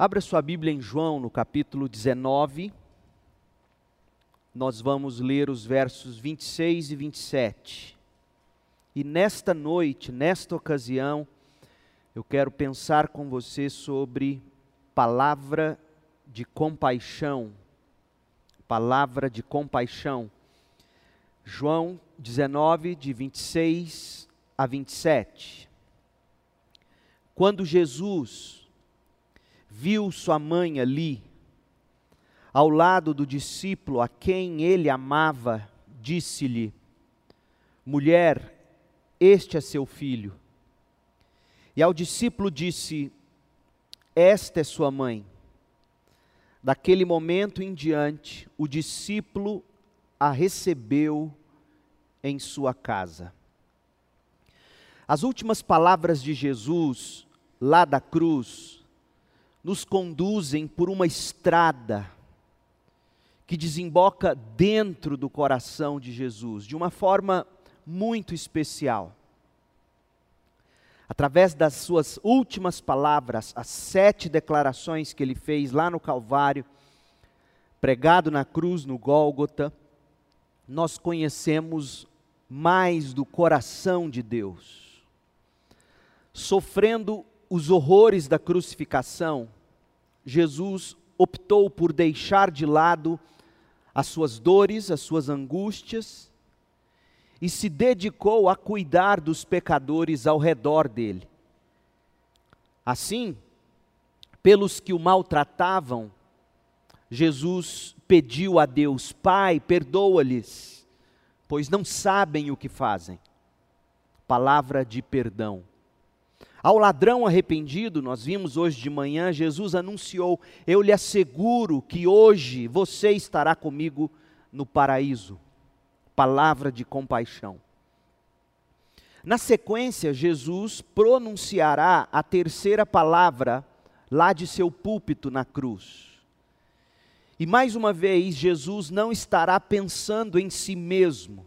Abra sua Bíblia em João, no capítulo 19. Nós vamos ler os versos 26 e 27. E nesta noite, nesta ocasião, eu quero pensar com você sobre palavra de compaixão. Palavra de compaixão. João 19, de 26 a 27. Quando Jesus viu sua mãe ali, ao lado do discípulo a quem ele amava, disse-lhe: mulher, este é seu filho. E ao discípulo disse: esta é sua mãe. Daquele momento em diante, o discípulo a recebeu em sua casa. As últimas palavras de Jesus, lá da cruz, nos conduzem por uma estrada que desemboca dentro do coração de Jesus, de uma forma muito especial. Através das suas últimas palavras, as 7 declarações que ele fez lá no Calvário, pregado na cruz, no Gólgota, nós conhecemos mais do coração de Deus. Sofrendo os horrores da crucificação, Jesus optou por deixar de lado as suas dores, as suas angústias, e se dedicou a cuidar dos pecadores ao redor dele. Assim, pelos que o maltratavam, Jesus pediu a Deus: Pai, perdoa-lhes, pois não sabem o que fazem. Palavra de perdão. Ao ladrão arrependido, nós vimos hoje de manhã, Jesus anunciou: eu lhe asseguro que hoje você estará comigo no paraíso. Palavra de compaixão. Na sequência, Jesus pronunciará a terceira palavra lá de seu púlpito na cruz. E mais uma vez, Jesus não estará pensando em si mesmo.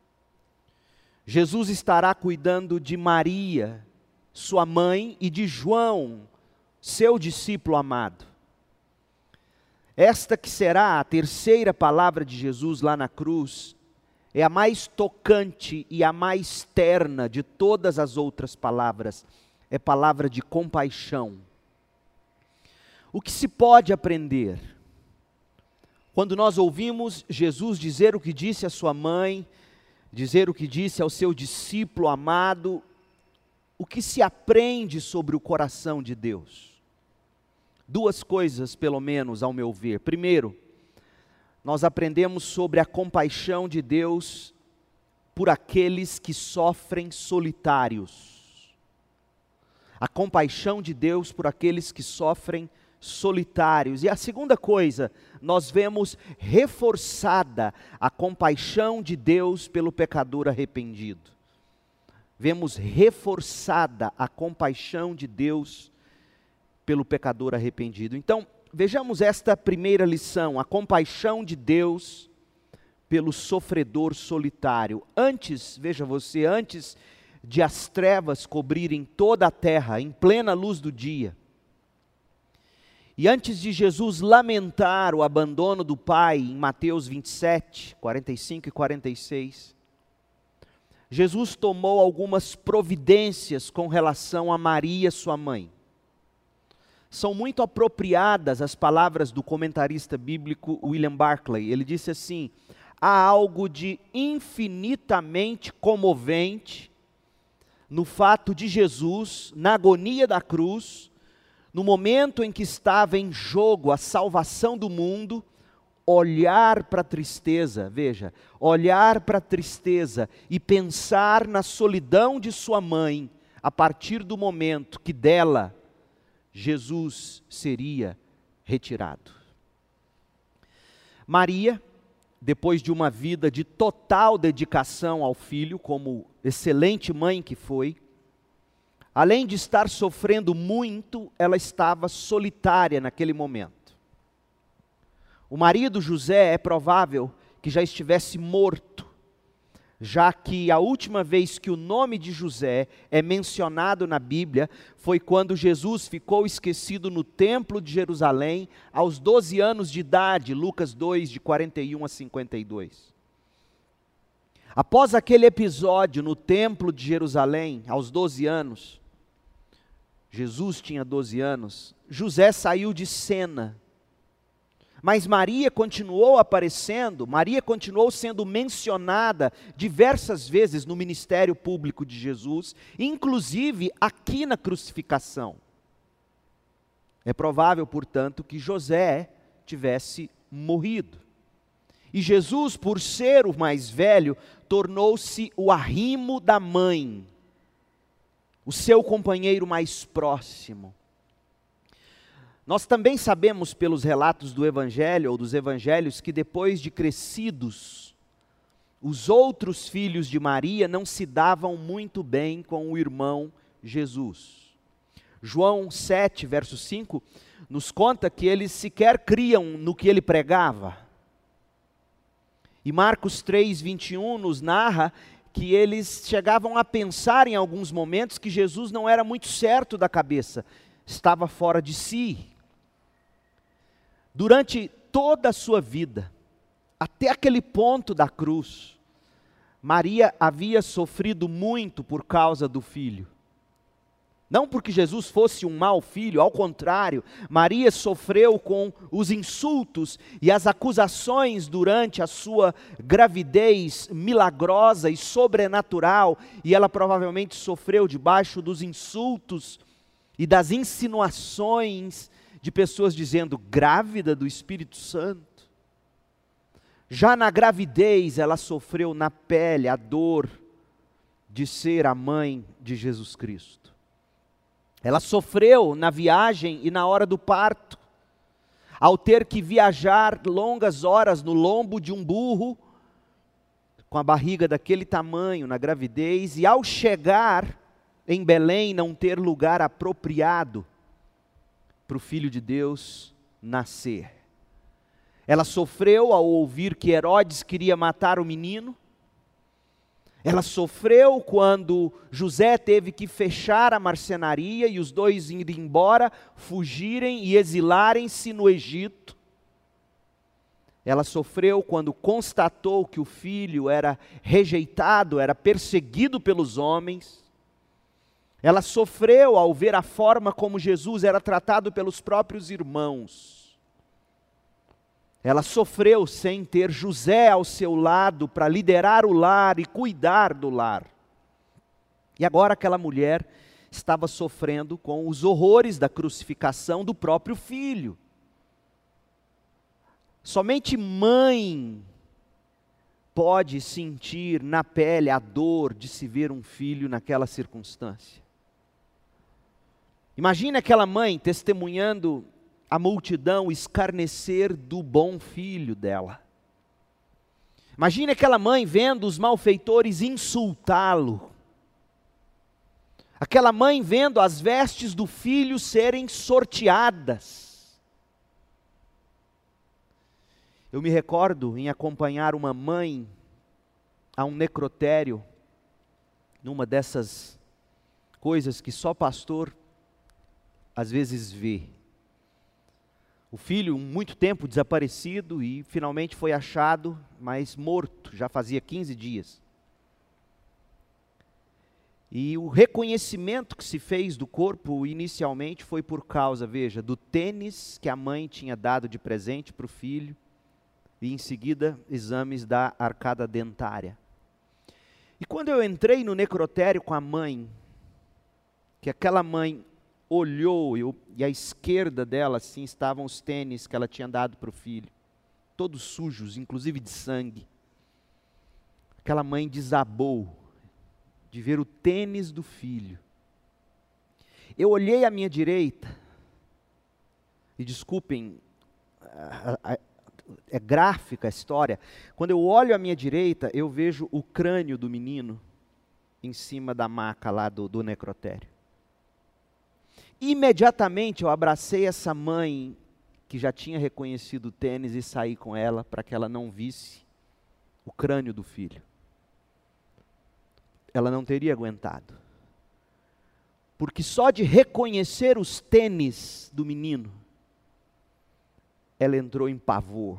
Jesus estará cuidando de Maria, sua mãe, e de João, seu discípulo amado. Esta que será a terceira palavra de Jesus lá na cruz, é a mais tocante e a mais terna de todas as outras palavras. É palavra de compaixão. O que se pode aprender? Quando nós ouvimos Jesus dizer o que disse à sua mãe, dizer o que disse ao seu discípulo amado, o que se aprende sobre o coração de Deus? 2 coisas, pelo menos, ao meu ver. Primeiro, nós aprendemos sobre a compaixão de Deus por aqueles que sofrem solitários. A compaixão de Deus por aqueles que sofrem solitários. E a segunda coisa, nós vemos reforçada a compaixão de Deus pelo pecador arrependido. Vemos reforçada a compaixão de Deus pelo pecador arrependido. Então, vejamos esta primeira lição, a compaixão de Deus pelo sofredor solitário. Antes, veja você, antes de as trevas cobrirem toda a terra, em plena luz do dia, e antes de Jesus lamentar o abandono do Pai, em Mateus 27, 45 e 46, Jesus tomou algumas providências com relação a Maria, sua mãe. São muito apropriadas as palavras do comentarista bíblico William Barclay. Ele disse assim: há algo de infinitamente comovente no fato de Jesus, na agonia da cruz, no momento em que estava em jogo a salvação do mundo, olhar para a tristeza, veja, olhar para a tristeza e pensar na solidão de sua mãe, a partir do momento que dela Jesus seria retirado. Maria, depois de uma vida de total dedicação ao filho, como excelente mãe que foi, além de estar sofrendo muito, ela estava solitária naquele momento. O marido José é provável que já estivesse morto, já que a última vez que o nome de José é mencionado na Bíblia foi quando Jesus ficou esquecido no templo de Jerusalém aos 12 anos de idade, Lucas 2, de 41 a 52. Após aquele episódio no templo de Jerusalém, aos 12 anos, Jesus tinha 12 anos, José saiu de cena. Mas Maria continuou aparecendo, Maria continuou sendo mencionada diversas vezes no ministério público de Jesus, inclusive aqui na crucificação. É provável, portanto, que José tivesse morrido. E Jesus, por ser o mais velho, tornou-se o arrimo da mãe, o seu companheiro mais próximo. Nós também sabemos pelos relatos do Evangelho, ou dos Evangelhos, que depois de crescidos, os outros filhos de Maria não se davam muito bem com o irmão Jesus. João 7, verso 5, nos conta que eles sequer criam no que ele pregava. E Marcos 3, 21 nos narra que eles chegavam a pensar em alguns momentos que Jesus não era muito certo da cabeça, estava fora de si. Durante toda a sua vida, até aquele ponto da cruz, Maria havia sofrido muito por causa do filho. Não porque Jesus fosse um mau filho, ao contrário, Maria sofreu com os insultos e as acusações durante a sua gravidez milagrosa e sobrenatural, e ela provavelmente sofreu debaixo dos insultos e das insinuações de pessoas dizendo, grávida do Espírito Santo. Já na gravidez, ela sofreu na pele a dor de ser a mãe de Jesus Cristo. Ela sofreu na viagem e na hora do parto, ao ter que viajar longas horas no lombo de um burro, com a barriga daquele tamanho na gravidez, e ao chegar em Belém não ter lugar apropriado para o Filho de Deus nascer. Ela sofreu ao ouvir que Herodes queria matar o menino. Ela sofreu quando José teve que fechar a marcenaria e os dois irem embora, fugirem e exilarem-se no Egito. Ela sofreu quando constatou que o filho era rejeitado, era perseguido pelos homens. Ela sofreu ao ver a forma como Jesus era tratado pelos próprios irmãos. Ela sofreu sem ter José ao seu lado para liderar o lar e cuidar do lar. E agora aquela mulher estava sofrendo com os horrores da crucificação do próprio filho. Somente mãe pode sentir na pele a dor de se ver um filho naquela circunstância. Imagine aquela mãe testemunhando a multidão escarnecer do bom filho dela. Imagine aquela mãe vendo os malfeitores insultá-lo. Aquela mãe vendo as vestes do filho serem sorteadas. Eu me recordo em acompanhar uma mãe a um necrotério, numa dessas coisas que só pastor às vezes vê. O filho, muito tempo desaparecido e finalmente foi achado, mas morto, já fazia 15 dias. E o reconhecimento que se fez do corpo inicialmente foi por causa, veja, do tênis que a mãe tinha dado de presente para o filho e em seguida exames da arcada dentária. E quando eu entrei no necrotério com a mãe, que aquela mãe olhou e à esquerda dela assim estavam os tênis que ela tinha dado para o filho, todos sujos, inclusive de sangue. Aquela mãe desabou de ver o tênis do filho. Eu olhei à minha direita, e desculpem, é gráfica a história. Quando eu olho à minha direita, eu vejo o crânio do menino em cima da maca lá do necrotério. Imediatamente eu abracei essa mãe que já tinha reconhecido o tênis e saí com ela para que ela não visse o crânio do filho. ela não teria aguentado. Porque só de reconhecer os tênis do menino, ela entrou em pavor.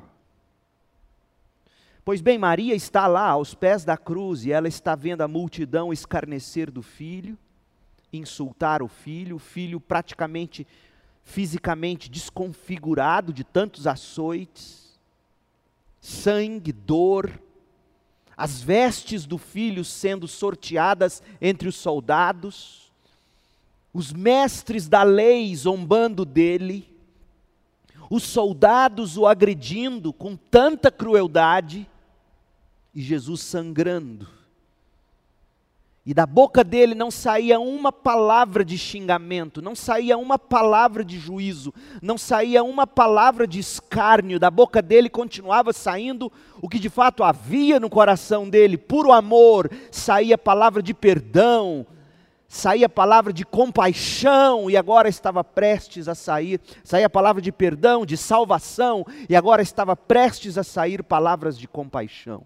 Pois bem, Maria está lá aos pés da cruz e ela está vendo a multidão escarnecer do filho, insultar o filho praticamente, fisicamente desconfigurado de tantos açoites, sangue, dor, as vestes do filho sendo sorteadas entre os soldados, os mestres da lei zombando dele, os soldados o agredindo com tanta crueldade, e Jesus sangrando. E da boca dele não saía uma palavra de xingamento, não saía uma palavra de juízo, não saía uma palavra de escárnio, da boca dele continuava saindo o que de fato havia no coração dele, puro amor, saía palavra de perdão, saía palavra de compaixão, e agora estava prestes a sair, saía palavra de perdão, de salvação, e agora estava prestes a sair palavras de compaixão.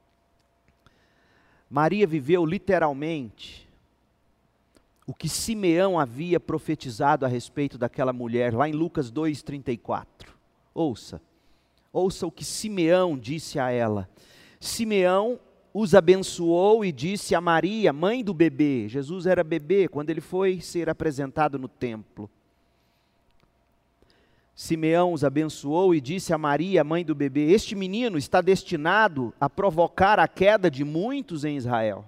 Maria viveu literalmente o que Simeão havia profetizado a respeito daquela mulher, lá em Lucas 2,34. Ouça o que Simeão disse a ela. Simeão os abençoou e disse a Maria, mãe do bebê. Jesus era bebê quando ele foi ser apresentado no templo. Simeão os abençoou e disse a Maria, mãe do bebê, este menino está destinado a provocar a queda de muitos em Israel,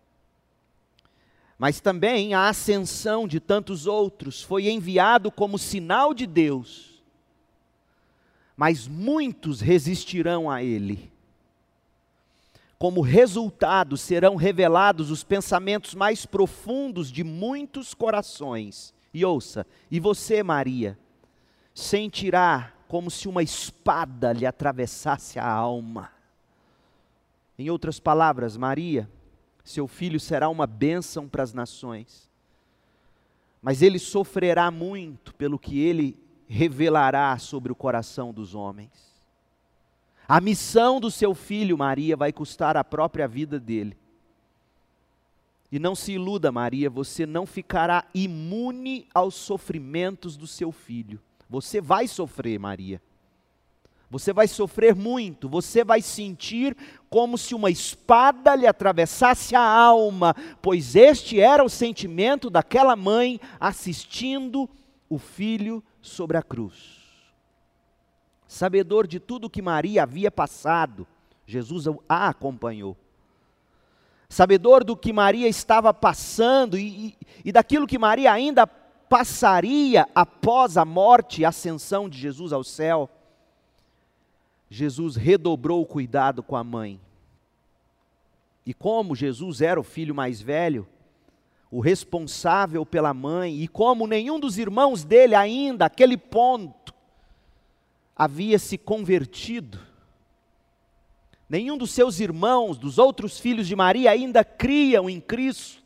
mas também a ascensão de tantos outros. Foi enviado como sinal de Deus, mas muitos resistirão a ele. Como resultado, serão revelados os pensamentos mais profundos de muitos corações. E ouça, e você, Maria, sentirá como se uma espada lhe atravessasse a alma. Em outras palavras, Maria, seu filho será uma bênção para as nações, mas ele sofrerá muito pelo que ele revelará sobre o coração dos homens. A missão do seu filho, Maria, vai custar a própria vida dele. E não se iluda, Maria, você não ficará imune aos sofrimentos do seu filho. Você vai sofrer, Maria. Você vai sofrer muito. Você vai sentir como se uma espada lhe atravessasse a alma, pois este era o sentimento daquela mãe assistindo o filho sobre a cruz. Sabedor de tudo que Maria havia passado, Jesus a acompanhou. Sabedor do que Maria estava passando e daquilo que Maria ainda passaria após a morte e ascensão de Jesus ao céu, Jesus redobrou o cuidado com a mãe. E como Jesus era o filho mais velho, o responsável pela mãe, e como nenhum dos irmãos dele ainda, àquele ponto, havia se convertido, nenhum dos seus irmãos, dos outros filhos de Maria, ainda criam em Cristo,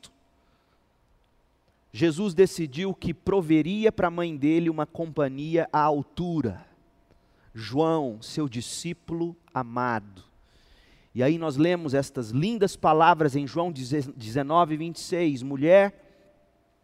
Jesus decidiu que proveria para a mãe dele uma companhia à altura. João, seu discípulo amado. E aí nós lemos estas lindas palavras em João 19, 26. Mulher,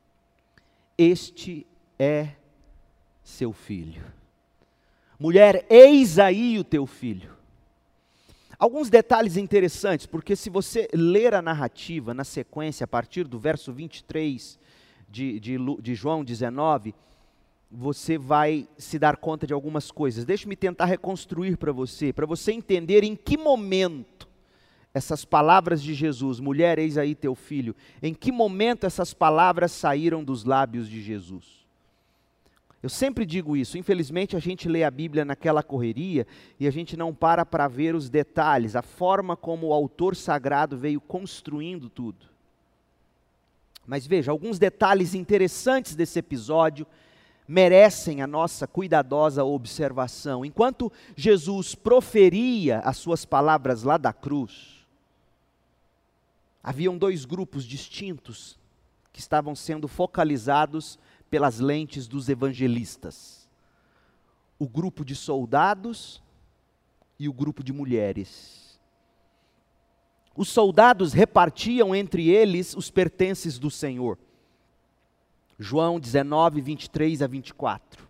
este é seu filho. Mulher, eis aí o teu filho. Alguns detalhes interessantes, porque se você ler a narrativa na sequência, a partir do verso 23 de João 19, você vai se dar conta de algumas coisas. Deixe-me tentar reconstruir para você entender em que momento essas palavras de Jesus, mulher, eis aí teu filho, em que momento essas palavras saíram dos lábios de Jesus. Eu sempre digo isso, infelizmente a gente lê a Bíblia naquela correria e a gente não para ver os detalhes, a forma como o autor sagrado veio construindo tudo. Mas veja, alguns detalhes interessantes desse episódio merecem a nossa cuidadosa observação. Enquanto Jesus proferia as suas palavras lá da cruz, haviam dois grupos distintos que estavam sendo focalizados pelas lentes dos evangelistas. O grupo de soldados e o grupo de mulheres. os soldados repartiam entre eles os pertences do Senhor. João 19, 23 a 24.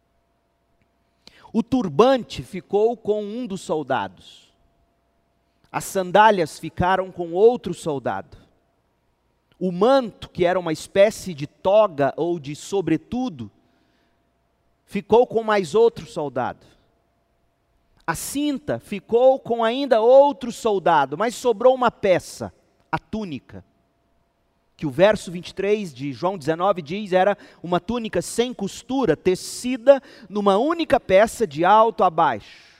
O turbante ficou com um dos soldados. As sandálias ficaram com outro soldado. O manto, que era uma espécie de toga ou de sobretudo, ficou com mais outro soldado. A cinta ficou com ainda outro soldado, mas sobrou uma peça, a túnica, que o verso 23 de João 19 diz era uma túnica sem costura, tecida numa única peça de alto a baixo.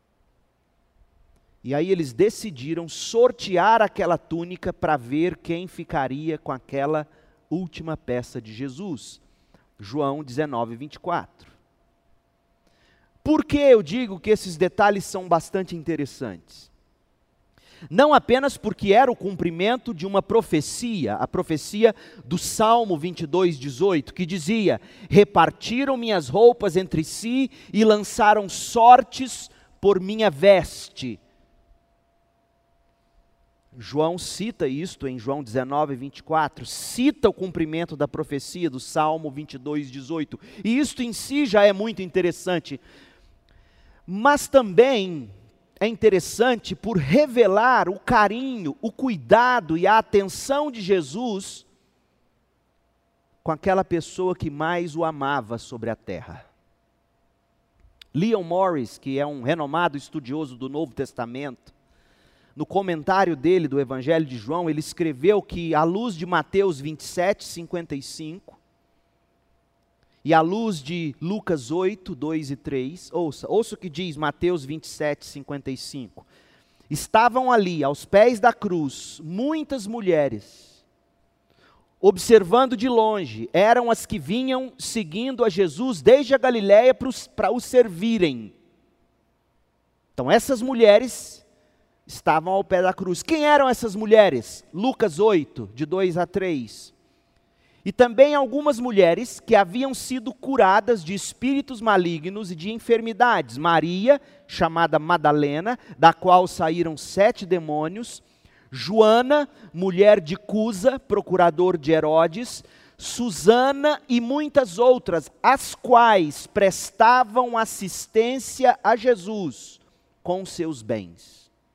E aí eles decidiram sortear aquela túnica para ver quem ficaria com aquela última peça de Jesus. João 19, 24. Por que eu digo que esses detalhes são bastante interessantes? Não apenas porque era o cumprimento de uma profecia, a profecia do Salmo 22, 18, que dizia: repartiram minhas roupas entre si e lançaram sortes por minha veste. João cita isto em João 19, 24, cita o cumprimento da profecia do Salmo 22, 18. E isto em si já é muito interessante. Mas também é interessante por revelar o carinho, o cuidado e a atenção de Jesus com aquela pessoa que mais o amava sobre a terra. Leon Morris, que é um renomado estudioso do Novo Testamento, no comentário dele do Evangelho de João, ele escreveu que, à luz de Mateus 27, 55, e à luz de Lucas 8, 2 e 3, ouça o que diz Mateus 27, 55. Estavam ali, aos pés da cruz, muitas mulheres, observando de longe, eram as que vinham seguindo a Jesus desde a Galiléia para o servirem. Então essas mulheres estavam ao pé da cruz. Quem eram essas mulheres? Lucas 8, de 2 a 3. E também algumas mulheres que haviam sido curadas de espíritos malignos e de enfermidades. Maria, chamada Madalena, da qual saíram 7 demônios. Joana, mulher de Cusa, procurador de Herodes. Susana e muitas outras, as quais prestavam assistência a Jesus com seus bens.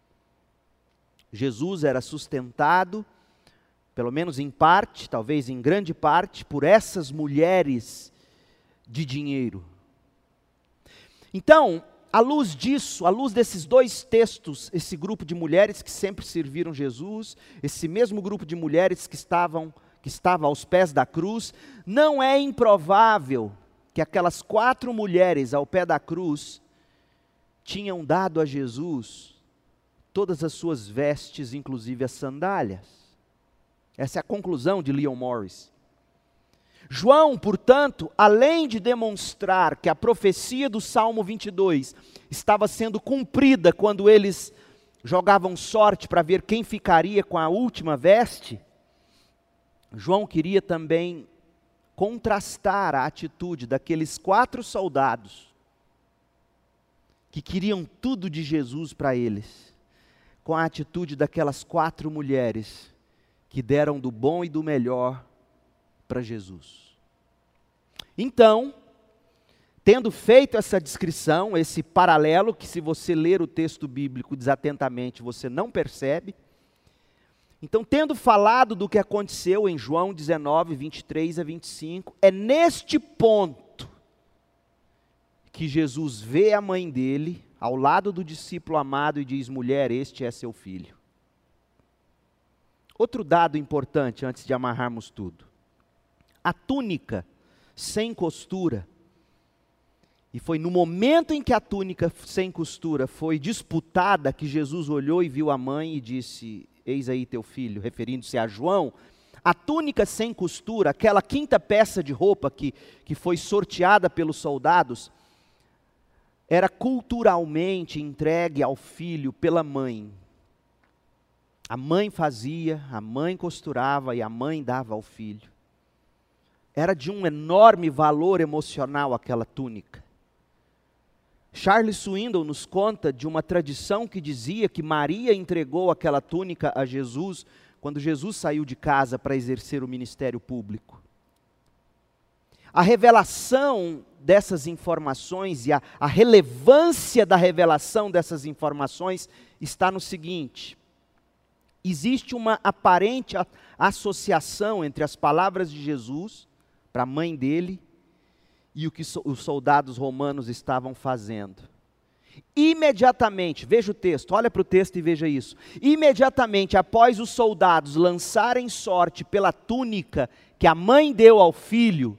Jesus era sustentado, pelo menos em parte, talvez em grande parte, por essas mulheres de dinheiro. Então, à luz disso, à luz desses dois textos, esse grupo de mulheres que sempre serviram Jesus, esse mesmo grupo de mulheres que estava aos pés da cruz, não é improvável que aquelas 4 mulheres ao pé da cruz tinham dado a Jesus todas as suas vestes, inclusive as sandálias. Essa é a conclusão de Leon Morris. João, portanto, além de demonstrar que a profecia do Salmo 22 estava sendo cumprida quando eles jogavam sorte para ver quem ficaria com a última veste, João queria também contrastar a atitude daqueles 4 soldados que queriam tudo de Jesus para eles, com a atitude daquelas 4 mulheres que deram do bom e do melhor para Jesus. Então, tendo feito essa descrição, esse paralelo, que se você ler o texto bíblico desatentamente, você não percebe. Então, tendo falado do que aconteceu em João 19, 23 a 25, é neste ponto que Jesus vê a mãe dele ao lado do discípulo amado e diz: mulher, este é seu filho. Outro dado importante antes de amarrarmos tudo. A túnica sem costura, e foi no momento em que a túnica sem costura foi disputada que Jesus olhou e viu a mãe e disse: eis aí teu filho, referindo-se a João. A túnica sem costura, aquela 5ª peça de roupa que foi sorteada pelos soldados, era culturalmente entregue ao filho pela mãe. A mãe fazia, a mãe costurava e a mãe dava ao filho. Era de um enorme valor emocional aquela túnica. Charles Swindoll nos conta de uma tradição que dizia que Maria entregou aquela túnica a Jesus quando Jesus saiu de casa para exercer o ministério público. A revelação dessas informações e a relevância da revelação dessas informações está no seguinte: existe uma aparente associação entre as palavras de Jesus para a mãe dele e o que os soldados romanos estavam fazendo. Imediatamente, veja o texto, olha para o texto e veja isso. Imediatamente após os soldados lançarem sorte pela túnica que a mãe deu ao filho,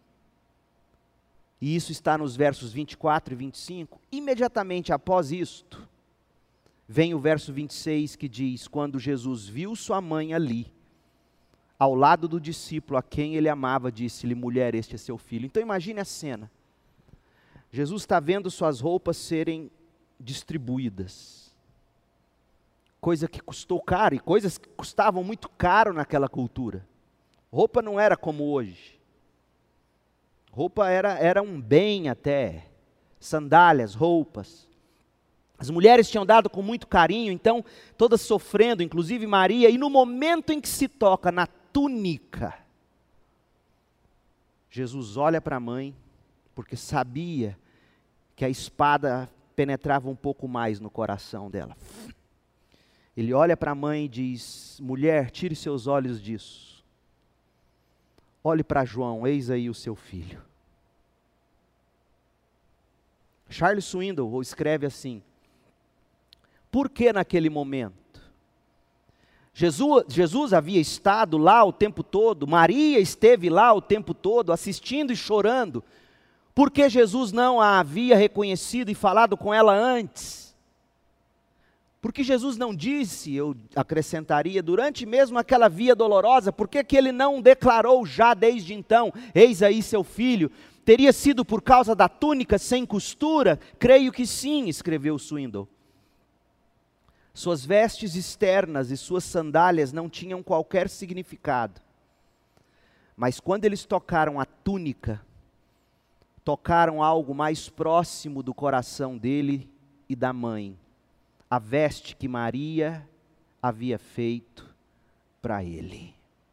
e isso está nos versos 24 e 25, imediatamente após isto, vem o verso 26 que diz: quando Jesus viu sua mãe ali, ao lado do discípulo a quem ele amava, disse-lhe: mulher, este é seu filho. Então imagine a cena. Jesus está vendo suas roupas serem distribuídas. Coisa que custou caro, e coisas que custavam muito caro naquela cultura. Roupa não era como hoje. Roupa era um bem até. Sandálias, roupas. As mulheres tinham dado com muito carinho, então todas sofrendo, inclusive Maria, e no momento em que se toca na túnica, Jesus olha para a mãe, porque sabia que a espada penetrava um pouco mais no coração dela. Ele olha para a mãe e diz: mulher, tire seus olhos disso. Olhe para João, eis aí o seu filho. Charles Swindoll escreve assim: por que naquele momento? Jesus havia estado lá o tempo todo, Maria esteve lá o tempo todo, assistindo e chorando. Por que Jesus não a havia reconhecido e falado com ela antes? Porque Jesus não disse, eu acrescentaria, durante mesmo aquela via dolorosa, por que ele não declarou já desde então: eis aí seu filho? Teria sido por causa da túnica sem costura? Creio que sim, escreveu Swindoll. Suas vestes externas e suas sandálias não tinham qualquer significado. Mas quando eles tocaram a túnica, tocaram algo mais próximo do coração dele e da mãe. A veste que Maria havia feito para ele.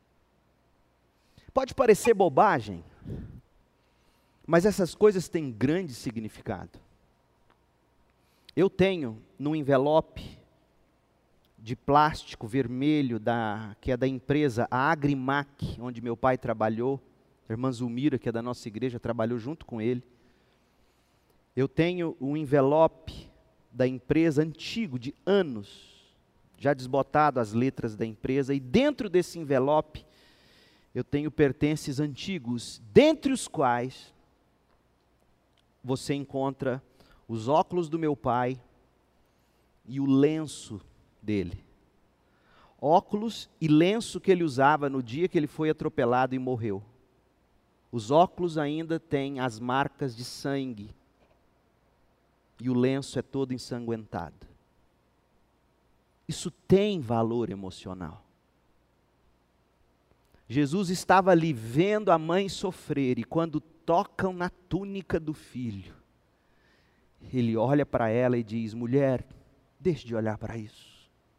Pode parecer bobagem, mas essas coisas têm grande significado. Eu tenho num envelope de plástico vermelho, que é da empresa a Agrimac, onde meu pai trabalhou, a irmã Zulmira, que é da nossa igreja, trabalhou junto com ele. Eu tenho um envelope da empresa antigo, de anos, já desbotado as letras da empresa, e dentro desse envelope eu tenho pertences antigos, dentre os quais você encontra os óculos do meu pai e o lenço dele. Óculos e lenço que ele usava no dia que ele foi atropelado e morreu. Os óculos ainda têm as marcas de sangue. E o lenço é todo ensanguentado. Isso tem valor emocional. Jesus estava ali vendo a mãe sofrer, e quando tocam na túnica do filho, ele olha para ela e diz: mulher, deixe de olhar para isso.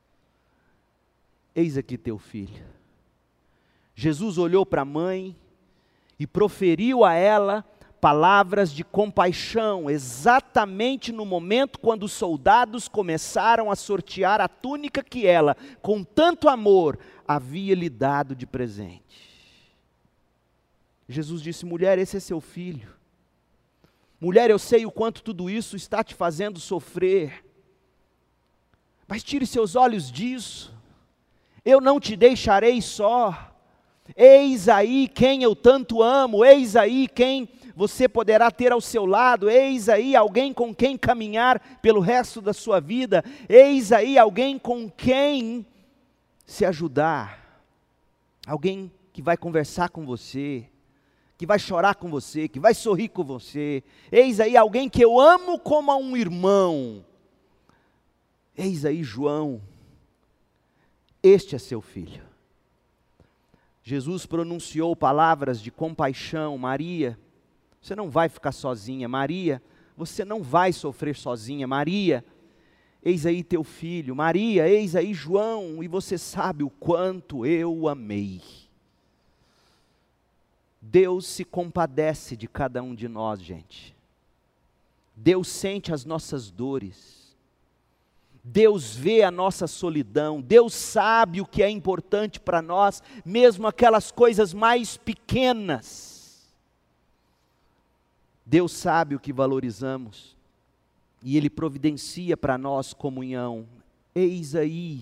Eis aqui teu filho. Jesus olhou para a mãe e proferiu a ela palavras de compaixão, exatamente no momento quando os soldados começaram a sortear a túnica que ela, com tanto amor, havia lhe dado de presente. Jesus disse: mulher, esse é seu filho. Mulher, eu sei o quanto tudo isso está te fazendo sofrer, mas tire seus olhos disso. Eu não te deixarei só. Eis aí quem eu tanto amo, eis aí quem você poderá ter ao seu lado, eis aí alguém com quem caminhar pelo resto da sua vida, eis aí alguém com quem se ajudar, alguém que vai conversar com você, que vai chorar com você, que vai sorrir com você, eis aí alguém que eu amo como a um irmão, eis aí João, este é seu filho. Jesus pronunciou palavras de compaixão: Maria, você não vai ficar sozinha. Maria, você não vai sofrer sozinha. Maria, eis aí teu filho. Maria, eis aí João. E você sabe o quanto eu o amei. Deus se compadece de cada um de nós, gente. Deus sente as nossas dores. Deus vê a nossa solidão. Deus sabe o que é importante para nós, mesmo aquelas coisas mais pequenas. Deus sabe o que valorizamos. E Ele providencia para nós comunhão. Eis aí.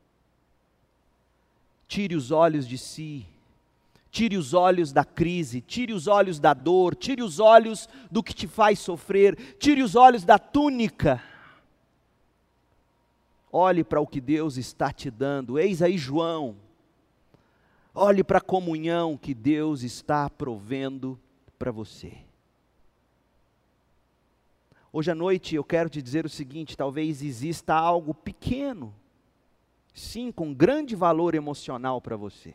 Tire os olhos de si. Tire os olhos da crise, tire os olhos da dor, tire os olhos do que te faz sofrer, tire os olhos da túnica. Olhe para o que Deus está te dando. Eis aí João. Olhe para a comunhão que Deus está provendo para você. Hoje à noite eu quero te dizer o seguinte: talvez exista algo pequeno, sim, com grande valor emocional para você.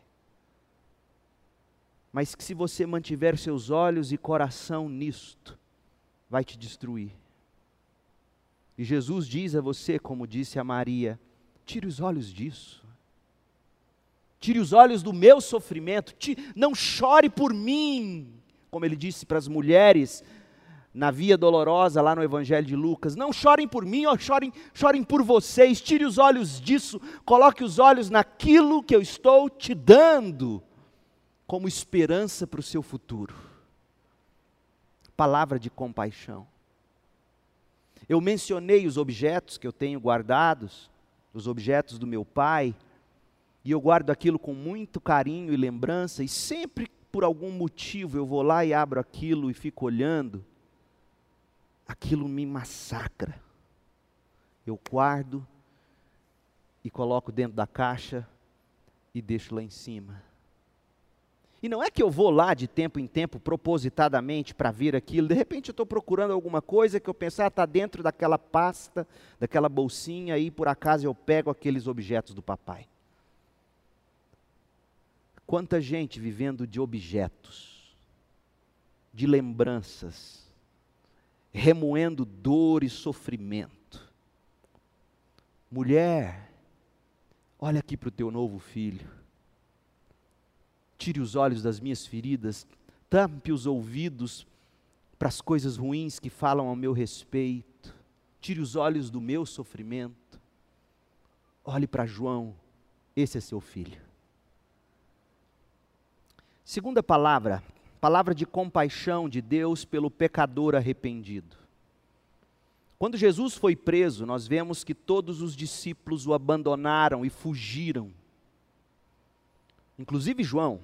Mas que se você mantiver seus olhos e coração nisto, vai te destruir. E Jesus diz a você, como disse a Maria: tire os olhos disso. Tire os olhos do meu sofrimento. Não chore por mim, como ele disse para as mulheres na Via Dolorosa, lá no Evangelho de Lucas. Não chorem por mim, chorem por vocês. Tire os olhos disso, coloque os olhos naquilo que eu estou te dando como esperança para o seu futuro. Palavra de compaixão. Eu mencionei os objetos que eu tenho guardados, os objetos do meu pai, e eu guardo aquilo com muito carinho e lembrança, e sempre por algum motivo eu vou lá e abro aquilo e fico olhando, aquilo me massacra. Eu guardo e coloco dentro da caixa e deixo lá em cima. E não é que eu vou lá de tempo em tempo propositadamente para ver aquilo. De repente eu estou procurando alguma coisa que eu pensar está dentro daquela pasta, daquela bolsinha, e por acaso eu pego aqueles objetos do papai. Quanta gente vivendo de objetos, de lembranças, remoendo dor e sofrimento. Mulher, olha aqui para o teu novo filho. Tire os olhos das minhas feridas, tampe os ouvidos para as coisas ruins que falam ao meu respeito. Tire os olhos do meu sofrimento. Olhe para João, esse é seu filho. Segunda palavra, palavra de compaixão de Deus pelo pecador arrependido. Quando Jesus foi preso, nós vemos que todos os discípulos o abandonaram e fugiram. Inclusive João.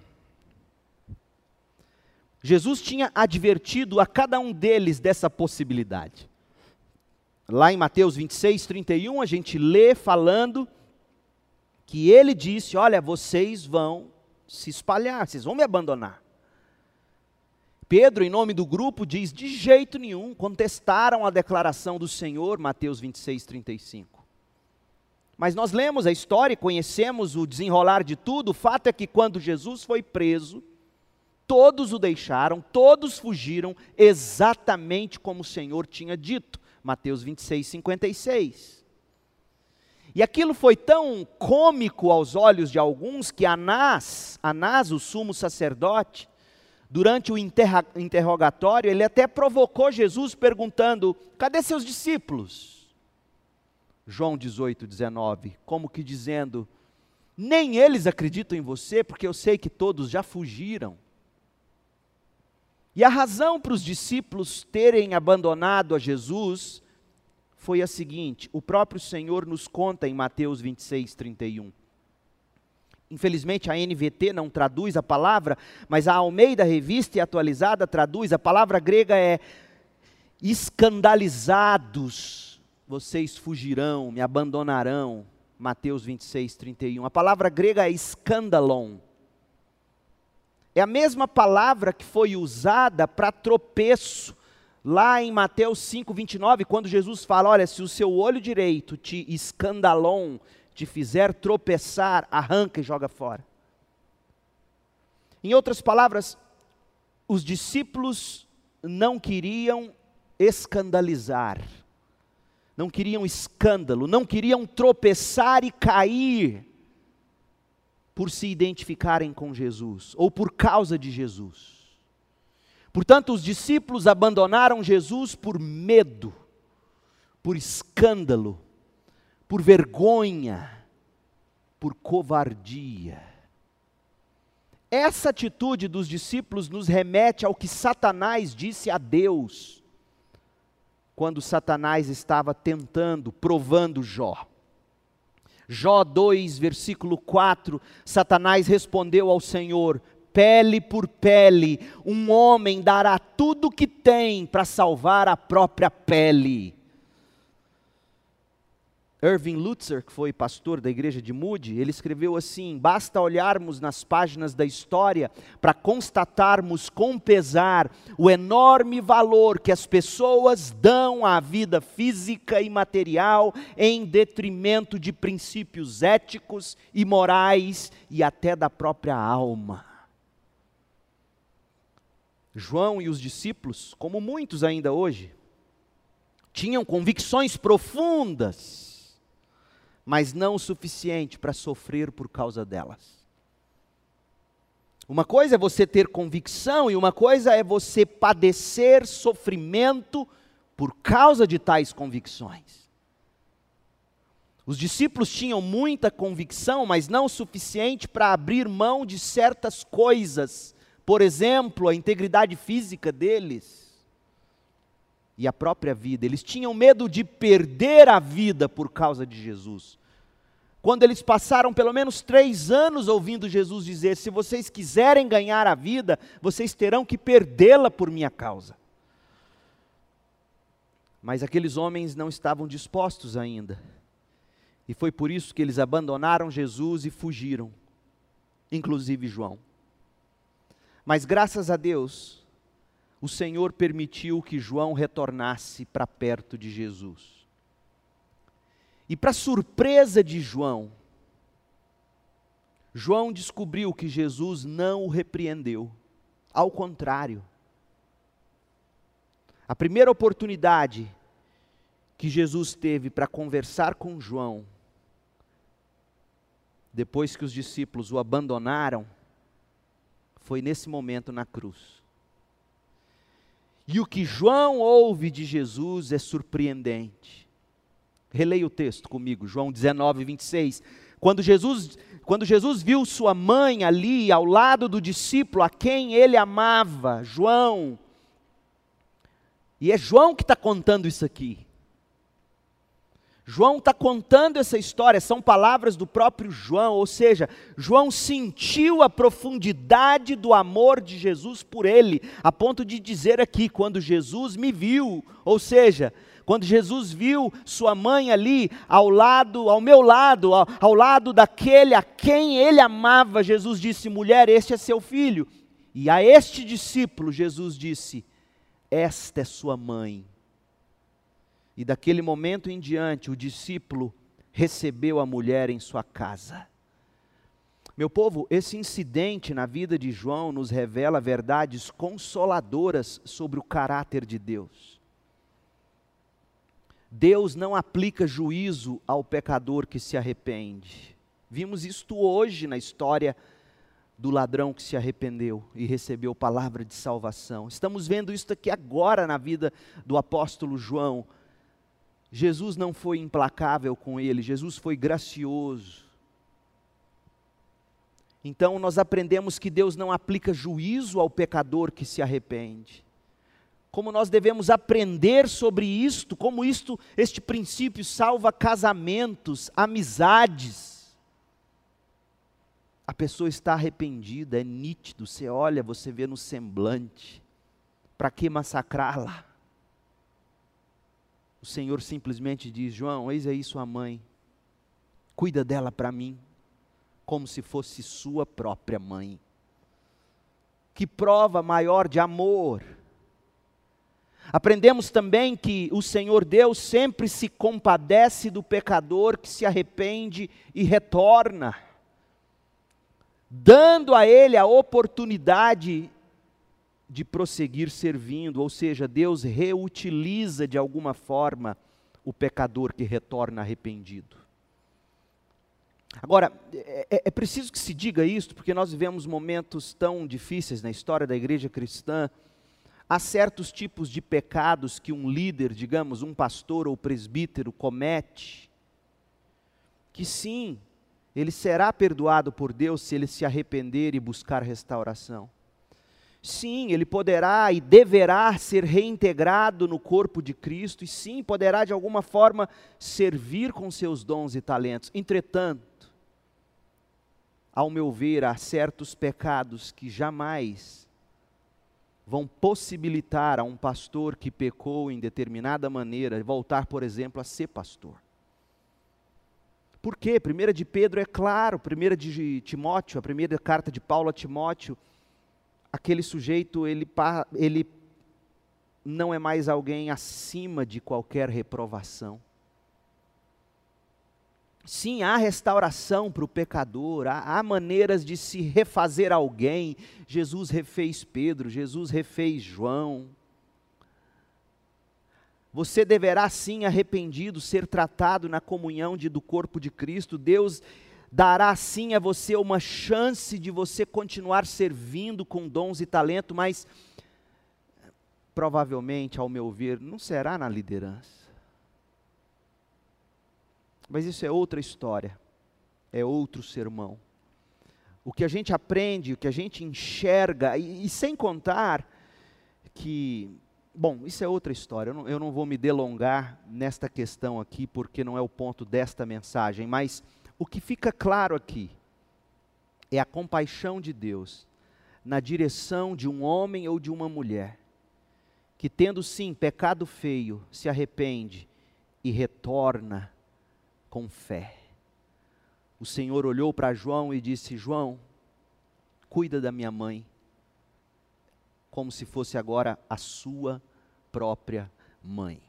Jesus tinha advertido a cada um deles dessa possibilidade. Lá em Mateus 26, 31, a gente lê falando que ele disse: olha, vocês vão se espalhar, vocês vão me abandonar. Pedro, em nome do grupo, diz: de jeito nenhum. Contestaram a declaração do Senhor, Mateus 26, 35. Mas nós lemos a história e conhecemos o desenrolar de tudo. O fato é que quando Jesus foi preso, todos o deixaram, todos fugiram, exatamente como o Senhor tinha dito. Mateus 26, 56. E aquilo foi tão cômico aos olhos de alguns que Anás, o sumo sacerdote, durante o interrogatório, ele até provocou Jesus perguntando: cadê seus discípulos? João 18, 19, como que dizendo: nem eles acreditam em você, porque eu sei que todos já fugiram. E a razão para os discípulos terem abandonado a Jesus foi a seguinte: o próprio Senhor nos conta em Mateus 26, 31. Infelizmente a NVT não traduz a palavra, mas a Almeida Revista e Atualizada traduz. A palavra grega é: escandalizados vocês fugirão, me abandonarão. Mateus 26, 31. A palavra grega é escandalon. É a mesma palavra que foi usada para tropeço, lá em Mateus 5, 29, quando Jesus fala: olha, se o seu olho direito te escandalon, te fizer tropeçar, arranca e joga fora. Em outras palavras, os discípulos não queriam escandalizar, não queriam escândalo, não queriam tropeçar e cair por se identificarem com Jesus, ou por causa de Jesus. Portanto, os discípulos abandonaram Jesus por medo, por escândalo, por vergonha, por covardia. Essa atitude dos discípulos nos remete ao que Satanás disse a Deus, quando Satanás estava tentando, provando Jó. Jó 2, versículo 4, Satanás respondeu ao Senhor: pele por pele, um homem dará tudo o que tem para salvar a própria pele. Irving Lutzer, que foi pastor da igreja de Moody, ele escreveu assim: basta olharmos nas páginas da história para constatarmos com pesar o enorme valor que as pessoas dão à vida física e material em detrimento de princípios éticos e morais e até da própria alma. João e os discípulos, como muitos ainda hoje, tinham convicções profundas, mas não o suficiente para sofrer por causa delas. Uma coisa é você ter convicção e uma coisa é você padecer sofrimento por causa de tais convicções. Os discípulos tinham muita convicção, mas não o suficiente para abrir mão de certas coisas. Por exemplo, a integridade física deles e a própria vida. Eles tinham medo de perder a vida por causa de Jesus. Quando eles passaram pelo menos 3 anos ouvindo Jesus dizer: se vocês quiserem ganhar a vida, vocês terão que perdê-la por minha causa. Mas aqueles homens não estavam dispostos ainda. E foi por isso que eles abandonaram Jesus e fugiram, inclusive João. Mas graças a Deus, o Senhor permitiu que João retornasse para perto de Jesus. E para surpresa de João, João descobriu que Jesus não o repreendeu. Ao contrário. A primeira oportunidade que Jesus teve para conversar com João, depois que os discípulos o abandonaram, foi nesse momento na cruz. E o que João ouve de Jesus é surpreendente. Releia o texto comigo, João 19, 26. Quando Jesus viu sua mãe ali, ao lado do discípulo a quem ele amava, João, e é João que está contando isso aqui. João está contando essa história, são palavras do próprio João, ou seja, João sentiu a profundidade do amor de Jesus por ele, a ponto de dizer aqui: quando Jesus me viu, ou seja, quando Jesus viu sua mãe ali, ao meu lado, ao lado daquele a quem ele amava, Jesus disse: mulher, este é seu filho. E a este discípulo, Jesus disse: esta é sua mãe. E daquele momento em diante, o discípulo recebeu a mulher em sua casa. Meu povo, esse incidente na vida de João nos revela verdades consoladoras sobre o caráter de Deus. Deus não aplica juízo ao pecador que se arrepende. Vimos isto hoje na história do ladrão que se arrependeu e recebeu palavra de salvação. Estamos vendo isso aqui agora na vida do apóstolo João. Jesus não foi implacável com ele, Jesus foi gracioso. Então nós aprendemos que Deus não aplica juízo ao pecador que se arrepende. Como nós devemos aprender sobre isto, como este princípio salva casamentos, amizades. A pessoa está arrependida, é nítido, você olha, você vê no semblante. Para que massacrá-la? O Senhor simplesmente diz: João, eis aí sua mãe, cuida dela para mim, como se fosse sua própria mãe. Que prova maior de amor! Aprendemos também que o Senhor Deus sempre se compadece do pecador que se arrepende e retorna, dando a ele a oportunidade de prosseguir servindo, ou seja, Deus reutiliza de alguma forma o pecador que retorna arrependido. Agora, é preciso que se diga isto, porque nós vivemos momentos tão difíceis na história da igreja cristã. Há certos tipos de pecados que um líder, digamos, um pastor ou presbítero comete, que sim, ele será perdoado por Deus se ele se arrepender e buscar restauração. Sim, ele poderá e deverá ser reintegrado no corpo de Cristo, e sim, poderá de alguma forma servir com seus dons e talentos. Entretanto, ao meu ver, há certos pecados que jamais vão possibilitar a um pastor que pecou em determinada maneira voltar, por exemplo, a ser pastor. Por quê? 1 de Pedro é claro, 1 de Timóteo, a primeira carta de Paulo a Timóteo, aquele sujeito, ele não é mais alguém acima de qualquer reprovação. Sim, há restauração para o pecador, há maneiras de se refazer alguém. Jesus refez Pedro, Jesus refez João. Você deverá sim, arrependido, ser tratado na comunhão do corpo de Cristo. Deus dará sim a você uma chance de você continuar servindo com dons e talento, mas provavelmente, ao meu ver, não será na liderança. Mas isso é outra história, é outro sermão. O que a gente aprende, o que a gente enxerga, e sem contar que, bom, isso é outra história, eu não vou me delongar nesta questão aqui, porque não é o ponto desta mensagem, mas o que fica claro aqui é a compaixão de Deus na direção de um homem ou de uma mulher, que tendo sim pecado feio, se arrepende e retorna com fé. O Senhor olhou para João e disse: João, cuida da minha mãe, como se fosse agora a sua própria mãe.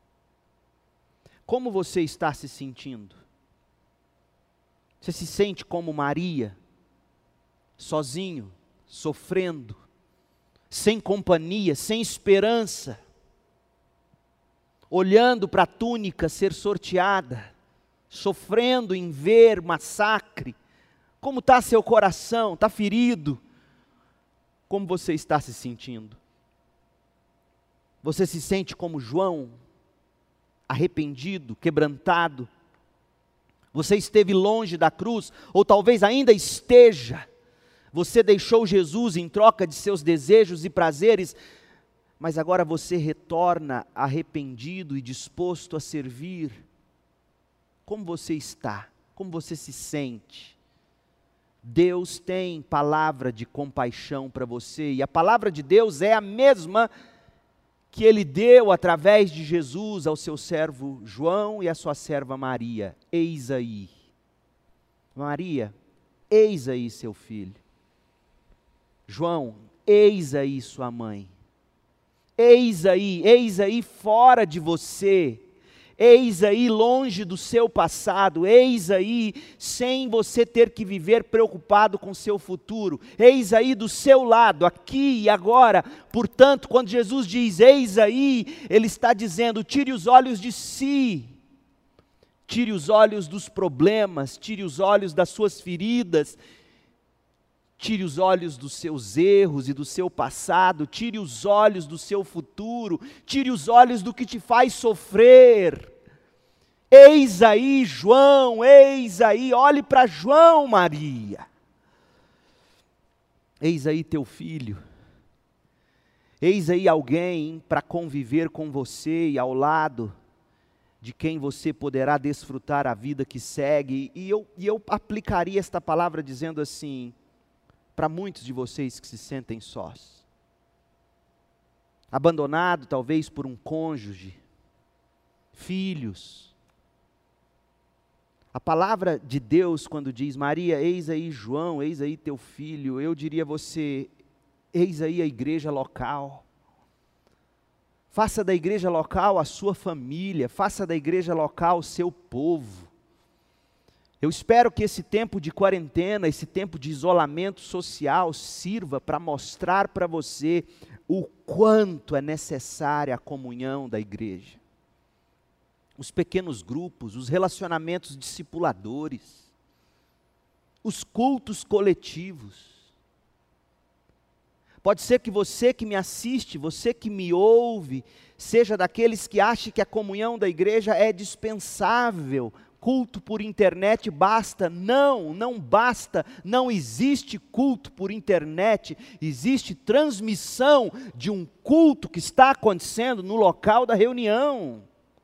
Como você está se sentindo? Você se sente como Maria, sozinho, sofrendo, sem companhia, sem esperança, olhando para a túnica ser sorteada, sofrendo em ver massacre? Como está seu coração? Está ferido? Como você está se sentindo? Você se sente como João, arrependido, quebrantado? Você esteve longe da cruz, ou talvez ainda esteja. Você deixou Jesus em troca de seus desejos e prazeres, mas agora você retorna arrependido e disposto a servir. Como você está? Como você se sente? Deus tem palavra de compaixão para você, e a palavra de Deus é a mesma que Ele deu através de Jesus ao seu servo João e à sua serva Maria. Eis aí, Maria, eis aí seu filho. João, eis aí sua mãe. Eis aí fora de você. Eis aí longe do seu passado, eis aí sem você ter que viver preocupado com seu futuro, eis aí do seu lado, aqui e agora. Portanto, quando Jesus diz eis aí, Ele está dizendo: tire os olhos de si, tire os olhos dos problemas, tire os olhos das suas feridas, tire os olhos dos seus erros e do seu passado, tire os olhos do seu futuro, tire os olhos do que te faz sofrer. Eis aí João, eis aí, olhe para João, Maria. Eis aí teu filho. Eis aí alguém para conviver com você e ao lado de quem você poderá desfrutar a vida que segue. E eu aplicaria esta palavra dizendo assim, para muitos de vocês que se sentem sós, abandonado talvez por um cônjuge, filhos. A palavra de Deus, quando diz: Maria, eis aí João, eis aí teu filho, eu diria a você: eis aí a igreja local. Faça da igreja local a sua família, faça da igreja local o seu povo. Eu espero que esse tempo de quarentena, esse tempo de isolamento social sirva para mostrar para você o quanto é necessária a comunhão da igreja. Os pequenos grupos, os relacionamentos discipuladores, os cultos coletivos. Pode ser que você que me assiste, você que me ouve, seja daqueles que acham que a comunhão da igreja é dispensável. Culto por internet basta. Não, não basta. Não existe culto por internet. Existe transmissão de um culto que está acontecendo no local da reunião.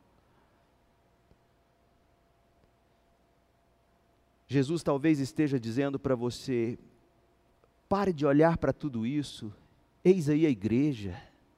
Jesus talvez esteja dizendo para você: pare de olhar para tudo isso, eis aí a igreja.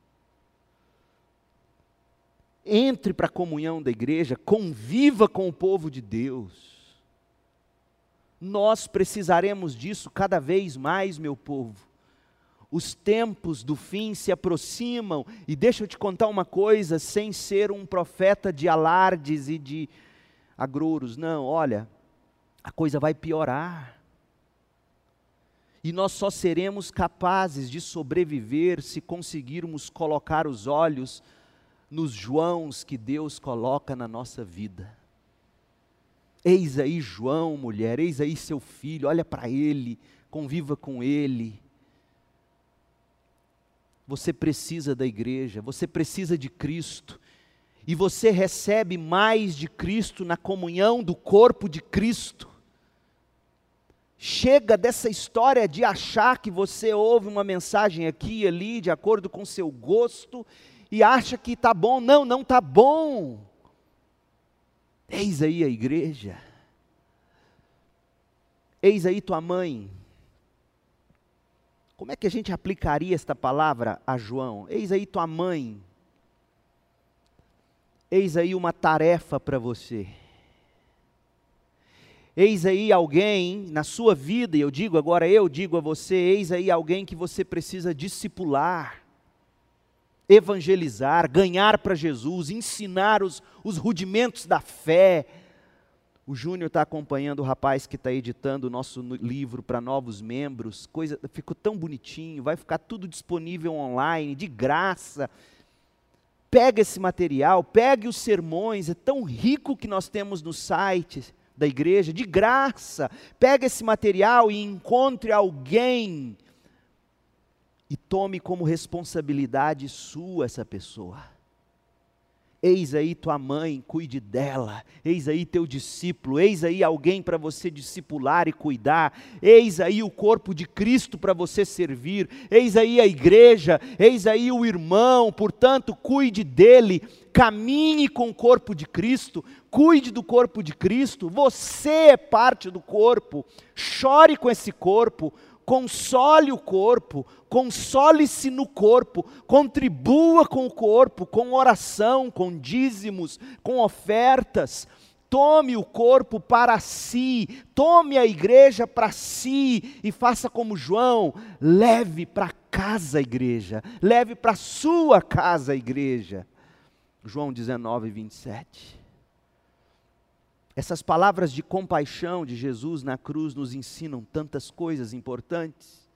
Entre para a comunhão da igreja, conviva com o povo de Deus. Nós precisaremos disso cada vez mais, meu povo. Os tempos do fim se aproximam, e deixa eu te contar uma coisa, sem ser um profeta de alardes e de agrouros, não, olha, a coisa vai piorar. E nós só seremos capazes de sobreviver se conseguirmos colocar os olhos nos Joãos que Deus coloca na nossa vida. Eis aí João, mulher, eis aí seu filho, olha para ele, conviva com ele. Você precisa da igreja, você precisa de Cristo, e você recebe mais de Cristo na comunhão do corpo de Cristo. Chega dessa história de achar que você ouve uma mensagem aqui e ali, de acordo com seu gosto, e acha que está bom. Não, não está bom. Eis aí a igreja. Eis aí tua mãe. Como é que a gente aplicaria esta palavra a João? Eis aí tua mãe. Eis aí uma tarefa para você. Eis aí alguém na sua vida, e eu digo a você, eis aí alguém que você precisa discipular, evangelizar, ganhar para Jesus, ensinar os rudimentos da fé. O Júnior está acompanhando o rapaz que está editando o nosso livro para novos membros, ficou tão bonitinho, vai ficar tudo disponível online, de graça. Pega esse material, pegue os sermões, é tão rico que nós temos no site da igreja, de graça. Pega esse material e encontre alguém e tome como responsabilidade sua essa pessoa. Eis aí tua mãe, cuide dela. Eis aí teu discípulo, eis aí alguém para você discipular e cuidar. Eis aí o corpo de Cristo para você servir. Eis aí a igreja, eis aí o irmão, portanto, cuide dele. Caminhe com o corpo de Cristo, cuide do corpo de Cristo. Você é parte do corpo, chore com esse corpo. Console o corpo, console-se no corpo, contribua com o corpo, com oração, com dízimos, com ofertas. Tome o corpo para si, tome a igreja para si e faça como João, leve para casa a igreja, leve para sua casa a igreja. João 19, 27. Essas palavras de compaixão de Jesus na cruz nos ensinam tantas coisas importantes.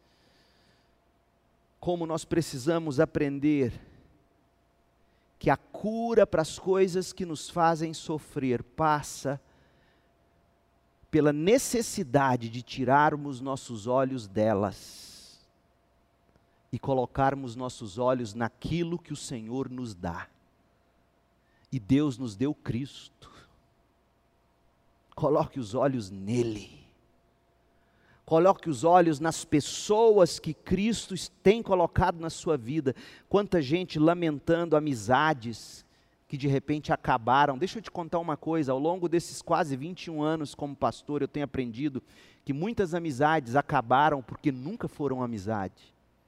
Como nós precisamos aprender que a cura para as coisas que nos fazem sofrer passa pela necessidade de tirarmos nossos olhos delas e colocarmos nossos olhos naquilo que o Senhor nos dá. E Deus nos deu Cristo. Coloque os olhos nele. Coloque os olhos nas pessoas que Cristo tem colocado na sua vida. Quanta gente lamentando amizades que de repente acabaram. Deixa eu te contar uma coisa, ao longo desses quase 21 anos como pastor, eu tenho aprendido que muitas amizades acabaram porque nunca foram amizade.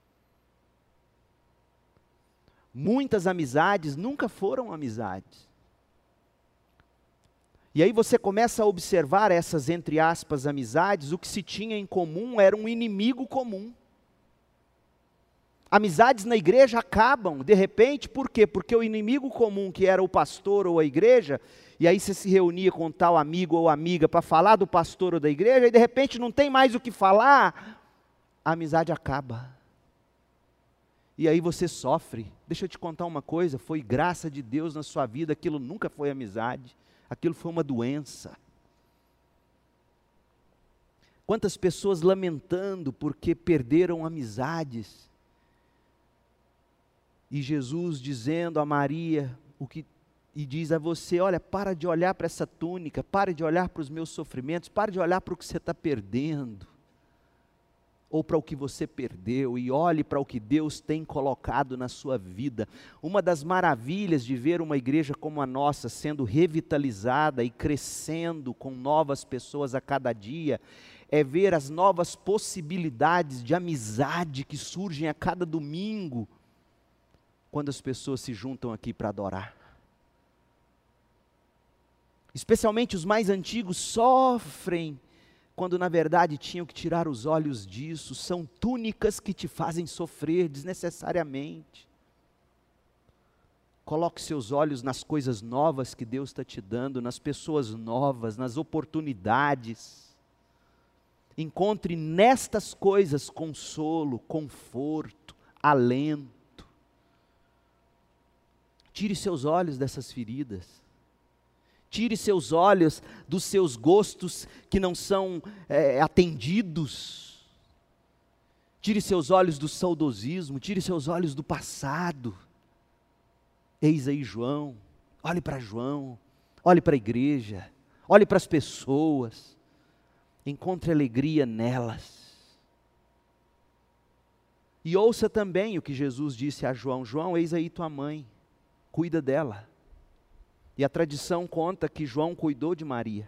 Muitas amizades nunca foram amizades. E aí você começa a observar essas, entre aspas, amizades, o que se tinha em comum era um inimigo comum. Amizades na igreja acabam, de repente, por quê? Porque o inimigo comum, que era o pastor ou a igreja, e aí você se reunia com tal amigo ou amiga para falar do pastor ou da igreja, e de repente não tem mais o que falar, a amizade acaba. e aí você sofre. Deixa eu te contar uma coisa, foi graça de Deus na sua vida, aquilo nunca foi amizade, aquilo foi uma doença. Quantas pessoas lamentando porque perderam amizades, e Jesus dizendo a Maria, e diz a você, olha, para de olhar para essa túnica, para de olhar para os meus sofrimentos, para de olhar para o que você está perdendo, ou para o que você perdeu, e olhe para o que Deus tem colocado na sua vida. Uma das maravilhas de ver uma igreja como a nossa, sendo revitalizada e crescendo com novas pessoas a cada dia, é ver as novas possibilidades de amizade que surgem a cada domingo, quando as pessoas se juntam aqui para adorar. Especialmente os mais antigos sofrem, quando na verdade tinham que tirar os olhos disso. São túnicas que te fazem sofrer desnecessariamente. Coloque seus olhos nas coisas novas que Deus está te dando, nas pessoas novas, nas oportunidades. Encontre nestas coisas consolo, conforto, alento. Tire seus olhos dessas feridas. Tire seus olhos dos seus gostos que não são atendidos. Tire seus olhos do saudosismo, tire seus olhos do passado. Eis aí João, olhe para João, olhe para a igreja, olhe para as pessoas, encontre alegria nelas. E ouça também o que Jesus disse a João: João, eis aí tua mãe, cuida dela. E a tradição conta que João cuidou de Maria.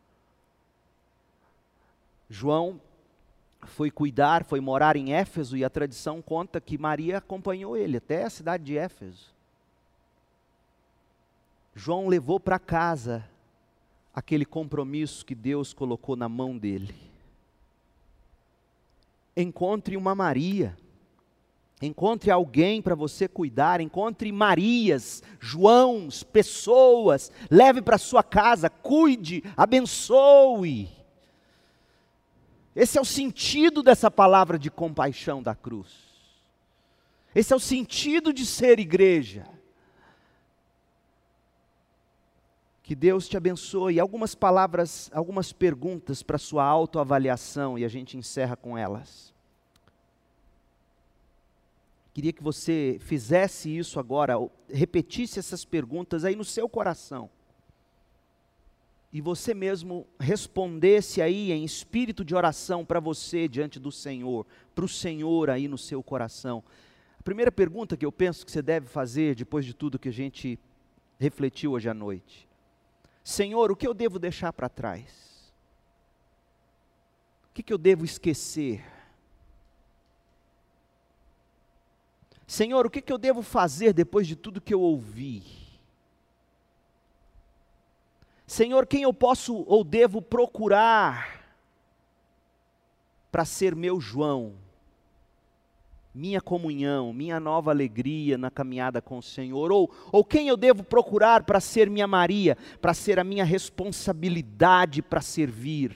João foi morar em Éfeso, e a tradição conta que Maria acompanhou ele até a cidade de Éfeso. João levou para casa aquele compromisso que Deus colocou na mão dele. Encontre uma Maria. Encontre alguém para você cuidar, encontre Marias, Joãos, pessoas, leve para sua casa, cuide, abençoe. Esse é o sentido dessa palavra de compaixão da cruz. Esse é o sentido de ser igreja. Que Deus te abençoe. Algumas palavras, algumas perguntas para sua autoavaliação, e a gente encerra com elas. Queria que você fizesse isso agora, repetisse essas perguntas aí no seu coração. E você mesmo respondesse aí em espírito de oração para você diante do Senhor, para o Senhor aí no seu coração. A primeira pergunta que eu penso que você deve fazer depois de tudo que a gente refletiu hoje à noite: Senhor, o que eu devo deixar para trás? O que eu devo esquecer? Senhor, o que eu devo fazer depois de tudo que eu ouvi? Senhor, quem eu posso ou devo procurar para ser meu João, minha comunhão, minha nova alegria na caminhada com o Senhor? Ou quem eu devo procurar para ser minha Maria, para ser a minha responsabilidade para servir?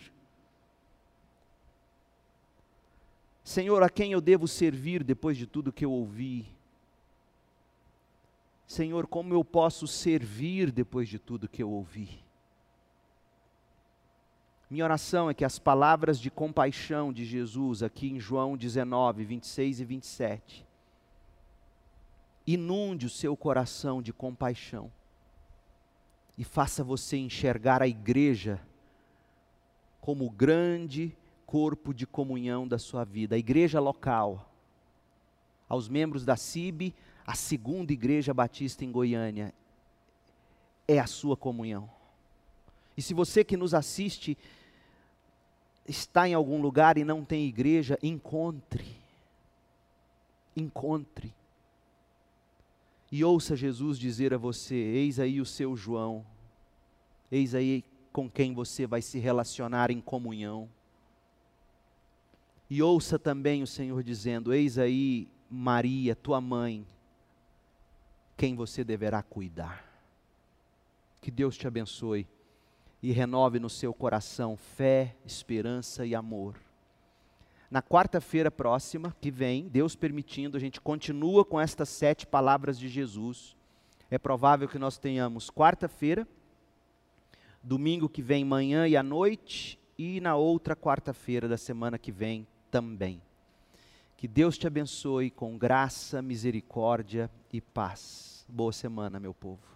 Senhor, a quem eu devo servir depois de tudo que eu ouvi? Senhor, como eu posso servir depois de tudo que eu ouvi? Minha oração é que as palavras de compaixão de Jesus, aqui em João 19, 26 e 27, inunde o seu coração de compaixão e faça você enxergar a igreja como grande corpo de comunhão da sua vida, a igreja local. Aos membros da CIB, a segunda igreja batista em Goiânia é a sua comunhão. E se você que nos assiste está em algum lugar e não tem igreja, encontre. E ouça Jesus dizer a você: eis aí o seu João, eis aí com quem você vai se relacionar em comunhão. E ouça também o Senhor dizendo: eis aí Maria, tua mãe, quem você deverá cuidar. Que Deus te abençoe e renove no seu coração fé, esperança e amor Na quarta-feira próxima, que vem, Deus permitindo, a gente continua com estas 7 palavras de Jesus. É provável que nós tenhamos quarta-feira, domingo que vem, manhã e à noite, e na outra quarta-feira da semana que vem também. Que Deus te abençoe com graça, misericórdia e paz. Boa semana, meu povo.